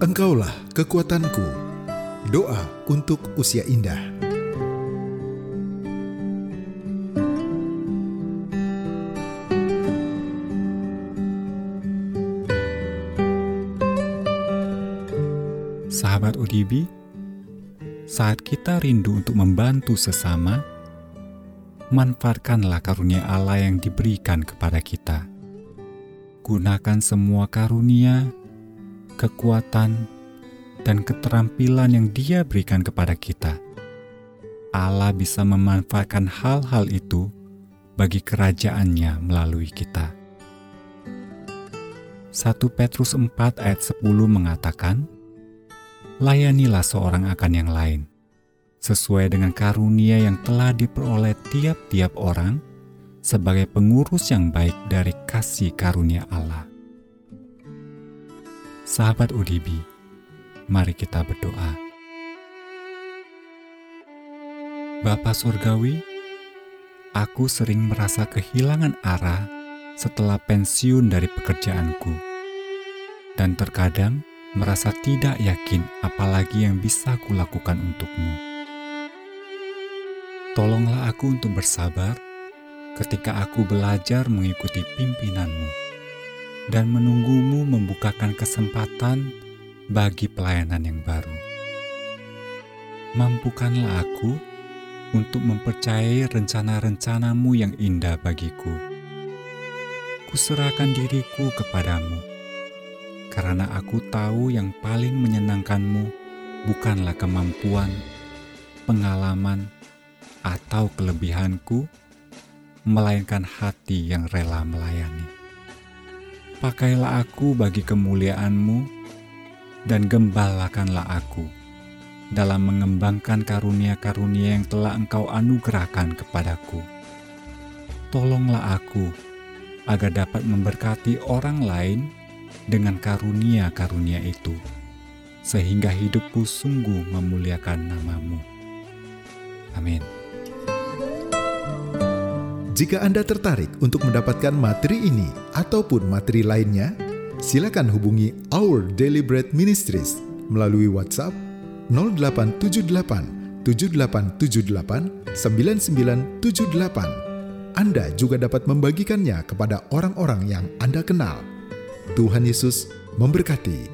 Engkaulah kekuatanku. Doa untuk usia indah. Sahabat ODB, saat kita rindu untuk membantu sesama, manfaatkanlah karunia Allah yang diberikan kepada kita. Gunakan semua karunia, kekuatan, dan keterampilan yang Dia berikan kepada kita. Allah bisa memanfaatkan hal-hal itu bagi kerajaan-Nya melalui kita. 1 Petrus 4 ayat 10 mengatakan, layanilah seorang akan yang lain, sesuai dengan karunia yang telah diperoleh tiap-tiap orang sebagai pengurus yang baik dari kasih karunia Allah. Sahabat ODB, mari kita berdoa. Bapa Surgawi, aku sering merasa kehilangan arah setelah pensiun dari pekerjaanku, dan terkadang merasa tidak yakin apalagi yang bisa kulakukan untuk-Mu. Tolonglah aku untuk bersabar ketika aku belajar mengikuti pimpinan-Mu dan menunggu-Mu membukakan kesempatan bagi pelayanan yang baru. Mampukanlah aku untuk mempercayai rencana-rencana-Mu yang indah bagiku. Kuserahkan diriku kepadamu, karena aku tahu yang paling menyenangkan-Mu bukanlah kemampuan, pengalaman, atau kelebihanku, melainkan hati yang rela melayani. Pakailah aku bagi kemuliaan-Mu dan gembalakanlah aku dalam mengembangkan karunia-karunia yang telah Engkau anugerahkan kepadaku. Tolonglah aku agar dapat memberkati orang lain dengan karunia-karunia itu, sehingga hidupku sungguh memuliakan nama-Mu. Amin. Jika Anda tertarik untuk mendapatkan materi ini ataupun materi lainnya, silakan hubungi Our Daily Bread Ministries melalui WhatsApp 0878 7878 9978. Anda juga dapat membagikannya kepada orang-orang yang Anda kenal. Tuhan Yesus memberkati.